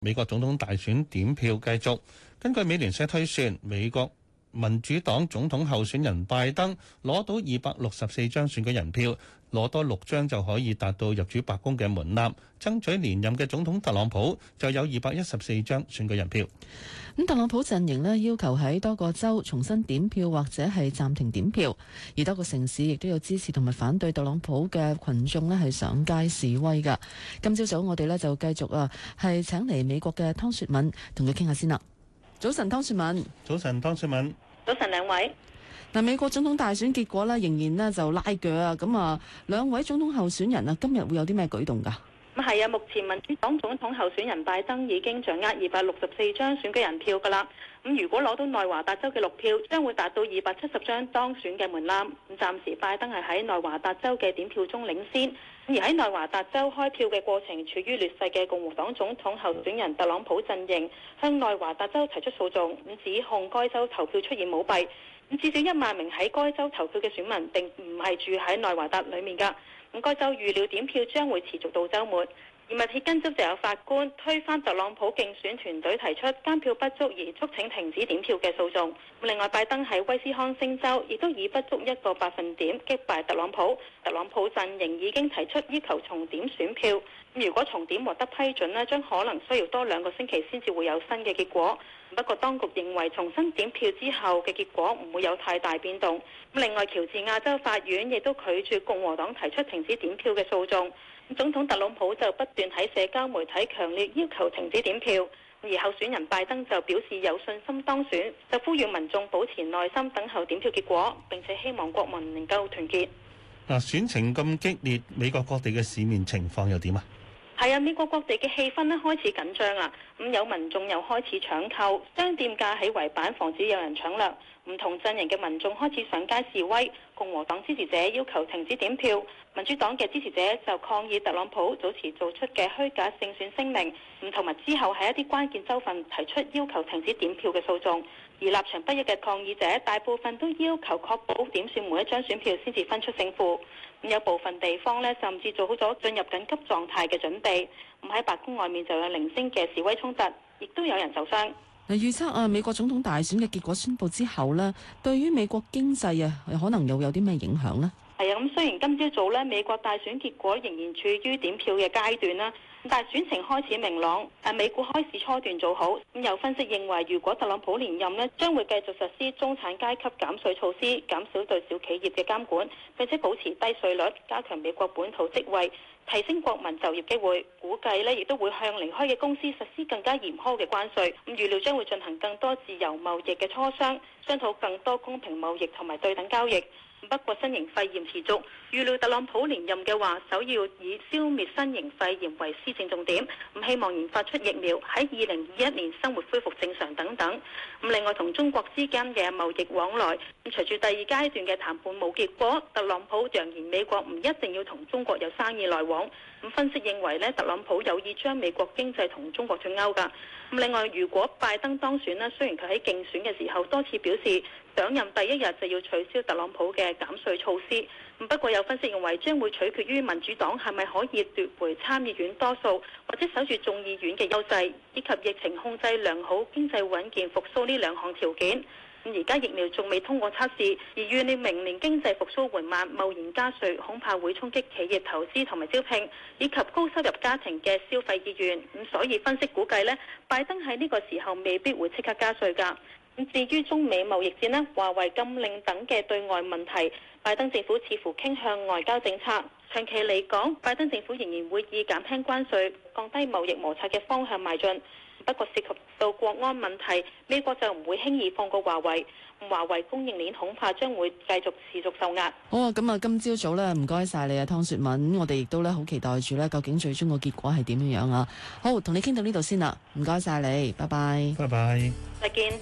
美國總統大選點票繼續。根據美聯社推算，美國民主黨總統候選人拜登攞到264張選舉人票，攞多6張就可以達到入主白宮嘅門檻。爭取連任嘅總統特朗普就有214張選舉人票。 咁特朗普陣營呢要求喺多個州重新點票或者係暫停點票，而多個城市亦都有支持同埋反對特朗普嘅群眾呢係上街示威㗎。今朝早我哋呢就繼續係請嚟美國嘅湯雪敏同佢傾下先啦。早晨，湯雪敏。 早晨，湯雪敏。 早晨，兩位。 嗱，美國總統大選結果呢仍然呢就拉鋸啊，咁啊兩位總統候選人啊今日會有啲咩舉動㗎？ 咁係啊，目前民主黨總統候選人拜登已經掌握264張選舉人票㗎啦。咁如果攞到內華達州嘅6票，將會達到270張當選嘅門檻。咁暫時拜登係喺內華達州嘅點票中領先。而喺內華達州開票嘅過程處於劣勢嘅共和黨總統候選人特朗普陣營向內華達州提出訴訟，咁指控該州投票出現舞弊。咁至少1萬名喺該州投票嘅選民並唔係住喺內華達裡面㗎。咁該州預料點票將會持續到週末。而密歇根州就有法官推翻特朗普競選團隊提出監票不足而促請停止點票嘅訴訟。另外，拜登喺威斯康星州亦都以不足1個百分點擊敗特朗普。特朗普陣營已經提出要求重點選票。如果重點獲得批准呢，將可能需要多2個星期先至會有新嘅結果。不過當局認為重新點票之後嘅結果唔會有太大變動。另外，喬治亞州法院亦都拒絕共和黨提出停止點票嘅訴訟。總統特朗普就不斷喺社交媒體強烈要求停止點票，而候選人拜登就表示有信心當選，就呼籲民眾保持耐心等候點票結果，並且希望國民能夠團結。 選情咁激烈，美國各地嘅市面情況又點啊？ 係啊，美國各地嘅氣氛開始緊張啊！有民眾又開始搶購，商店架起圍板防止有人搶掠。唔同陣營嘅民眾開始上街示威，共和黨支持者要求停止點票，民主黨嘅支持者就抗議特朗普早前做出嘅虛假勝選聲明，同埋之後喺一啲關鍵州份提出要求停止點票嘅訴訟。而立場不一嘅抗議者大部分都要求確保點算每一張選票先至分出勝負。有部分地方甚至做好咗進入緊急狀態嘅準備。喺白宮外面就有零星嘅示威衝突，亦都有人受傷。 預測美國總統大選嘅結果宣佈之後呢，對於美國經濟可能又有啲咩影響呢？ 係啊，咁雖然今朝早美國大選結果仍然處於點票嘅階段啦，但係選情開始明朗，美股開始初段做好。有分析認為，如果特朗普連任將會繼續實施中產階級減稅措施，減少對小企業嘅監管，並且保持低稅率，加強美國本土職位，提升國民就業機會。估計亦都會向離開嘅公司實施更加嚴苛嘅關稅。預料將會進行更多自由貿易嘅磋商，商討更多公平貿易同埋對等交易。不過新型肺炎持續，預料特朗普連任嘅話，首要以消滅新型肺炎為施政重點。希望研發出疫苗，喺2021年生活恢復正常等等。另外同中國之間嘅貿易往來，隨住第2階段嘅談判冇結果，特朗普揚言美國唔一定要同中國有生意來往。分析認為特朗普有意將美國經濟同中國脫鈎㗎。另外，如果拜登當選雖然佢喺競選嘅時候多次表示上任第1日就要取消特朗普嘅減稅措施，不過有分析認為將會取決於民主黨係咪可以奪回參議院多數，或者守住眾議院嘅優勢，以及疫情控制良好、經濟穩健復甦呢2項條件。而家疫苗仲未通過測試，而預料明年經濟復甦緩慢，貿然加稅恐怕會衝擊企業投資同埋招聘，以及高收入家庭嘅消費意願。所以分析估計拜登喺呢個時候未必會即刻加稅㗎。至於中美貿易戰華為禁令等嘅對外問題，拜登政府似乎傾向外交政策。長期嚟講，拜登政府仍然會以減輕關稅、降低貿易摩擦嘅方向邁進。不過涉及到國安問題，美國就唔會輕易放過華為。華為供應鏈恐怕將會繼續持續受壓。 好啊，咁今朝早唔該晒你啊，湯雪敏。我哋亦都好期待住究竟最終個結果係點樣啊？好，同你傾到呢度先啦，唔該晒你，拜拜。 拜拜。 再見。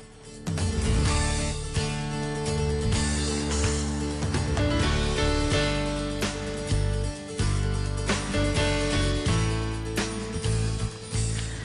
美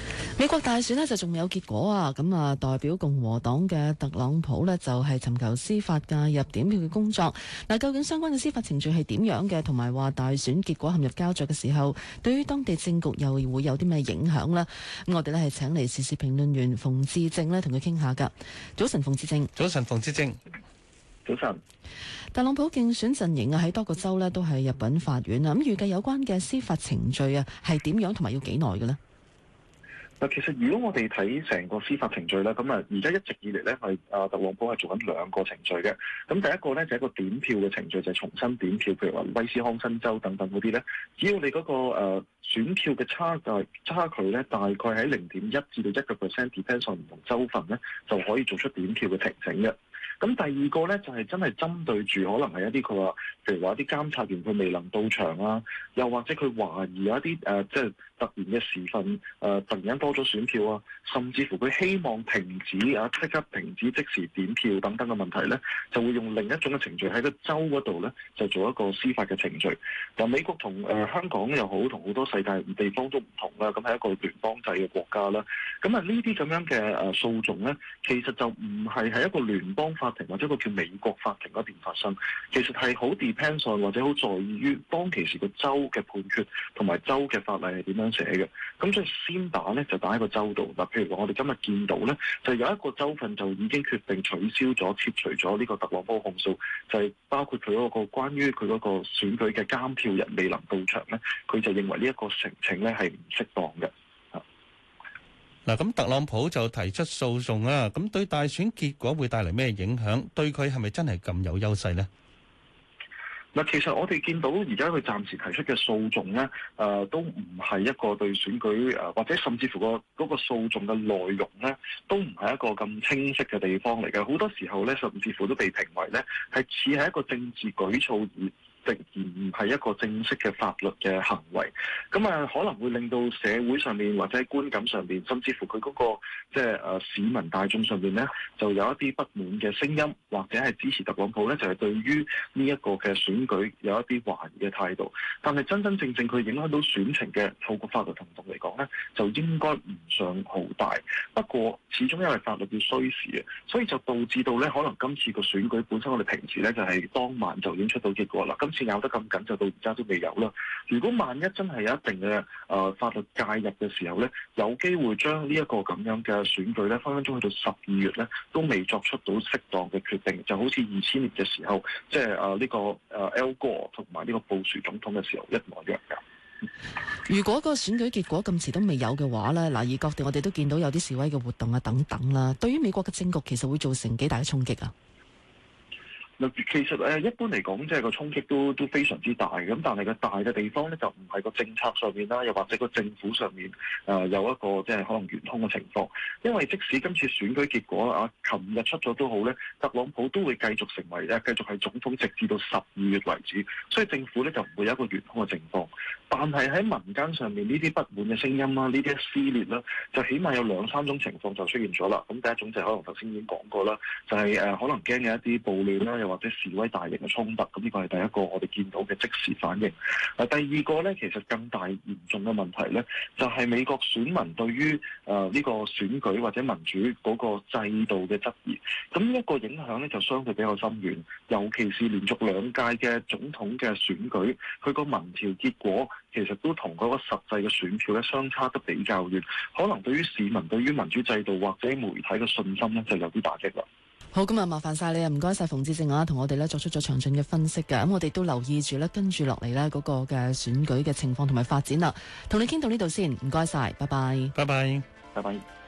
美國大選呢就仲未有結果啊，咁啊代表共和黨嘅特朗普呢就係尋求司法介入點票嘅工作。嗱，究竟相關嘅司法程序係點樣嘅，同埋話大選結果陷入膠着嘅時候，對於當地政局又會有啲咩影響呢？咁我哋呢係請嚟時事評論員馮智政呢同佢傾下㗎。早晨，馮智政。 早晨，馮智政。 早晨。 特朗普競選陣營啊喺多個州呢都係入稟法院啊，咁預計有關嘅司法程序啊係點樣，同埋要幾耐嘅呢？ 其實如果我哋睇成個司法程序咧，咁啊而家一直以嚟咧係特朗普係做緊兩個程序嘅。咁第一個咧就係一個點票嘅程序，就係重新點票，譬如話威斯康辛州等等嗰啲咧，只要你嗰個選票嘅差距咧，大概喺0.1至到1%，depends on 唔同州份咧，就可以做出點票嘅呈請嘅。咁第二個咧就係真係針對住可能係一啲佢話，譬如話一啲監察員佢未能到場啊，又或者佢懷疑有一啲即係突然嘅時分突然間多咗選票啊，甚至乎佢希望停止即刻停止即時點票等等嘅問題咧，就會用另一種嘅程序喺個州嗰度咧，就做一個司法嘅程序。嗱，美國同香港又好，同好多世界地方都唔同啦，咁係一個聯邦制嘅國家啦。咁啊呢啲咁樣嘅訴訟咧，其實就唔係喺一個聯邦法庭或者一個叫美國法庭嗰邊發生，其實係好 depends on 或者好在意於當其時個州嘅判決同埋州嘅法例係點樣寫嘅。咁所以先打咧就打喺個州度。嗱，譬如話我哋今日見到咧，就有一個州份就已經決定取消咗、撤除咗呢個特朗普控訴，就係包括佢嗰個關於佢嗰個選舉嘅監票人未能到場咧，佢就認為呢一個呈請咧係唔適當嘅。 嗱，咁特朗普就提出訴訟啊，咁對大選結果會帶嚟咩影響？對佢係咪真係咁有優勢呢？ 嗱，其實我哋見到而家佢暫時提出嘅訴訟咧，都唔係一個對選舉或者甚至乎嗰個訴訟嘅內容咧，都唔係一個咁清晰嘅地方嚟嘅。好多時候咧，甚至乎都被評為咧係似係一個政治舉措而唔係一個正式嘅法律嘅行為，咁啊可能會令到社會上面或者喺觀感上面，甚至乎佢嗰個即係市民大眾上面咧，就有一啲不滿嘅聲音，或者係支持特朗普咧，就係對於呢一個嘅選舉有一啲懷疑嘅態度。但係真真正正佢影響到選情嘅，透過法律行動嚟講咧，就應該唔算好大。不過始終因為法律要需時嘅，所以就導致到咧，可能今次個選舉本身我哋平時咧就係當晚就已經出到結果啦。今次拗得咁緊，就到而家都未有啦。如果萬一真係有一定嘅法律介入嘅時候咧，有機會將呢一個咁樣嘅選舉咧，分分鐘去到12月咧，都未作出到適當嘅決定，就好似2000年嘅時候，即係呢個Al Gore 同埋呢個布殊總統嘅時候一模一樣㗎。 如果個選舉結果咁遲都未有嘅話咧，嗱，而各地我哋都見到有啲示威嘅活動啊等等啦，對於美國嘅政局其實會造成幾大嘅衝擊啊？ 其實一般嚟講，即係個衝擊都非常之大嘅。咁但係個大嘅地方咧，就唔係個政策上面啦，又或者個政府上面有一個即係可能圓通嘅情況。因為即使今次選舉結果琴日出咗都好咧，特朗普都會繼續成為繼續係總統，直至到12月為止。所以政府咧就唔會有一個圓通嘅情況。但係喺民間上面呢啲不滿嘅聲音啦，呢啲撕裂啦，就起碼有2-3種情況就出現咗啦。咁第一種就係可能頭先已經講過啦，就係可能驚嘅一啲暴亂啦，又或者示威大型嘅衝突。咁呢個係第一個我哋見到嘅即時反應。第二個咧，其實更大嚴重嘅問題咧，就係美國選民對於呢個選舉或者民主嗰個制度嘅質疑。咁呢一個影響咧就相對比較深遠，尤其是連續2屆嘅總統嘅選舉，佢個民調結果其實都同嗰個實際嘅選票咧相差得比較遠，可能對於市民對於民主制度或者媒體嘅信心咧就有啲打擊啦。 好，咁啊，麻煩晒你啊，唔該晒馮智政啊，同我哋咧作出咗詳盡嘅分析嘅。咁我哋都留意住咧，跟住落嚟咧嗰個嘅選舉嘅情況同埋發展啦。同你傾到呢度先，唔該晒，拜拜。 拜拜， 拜拜。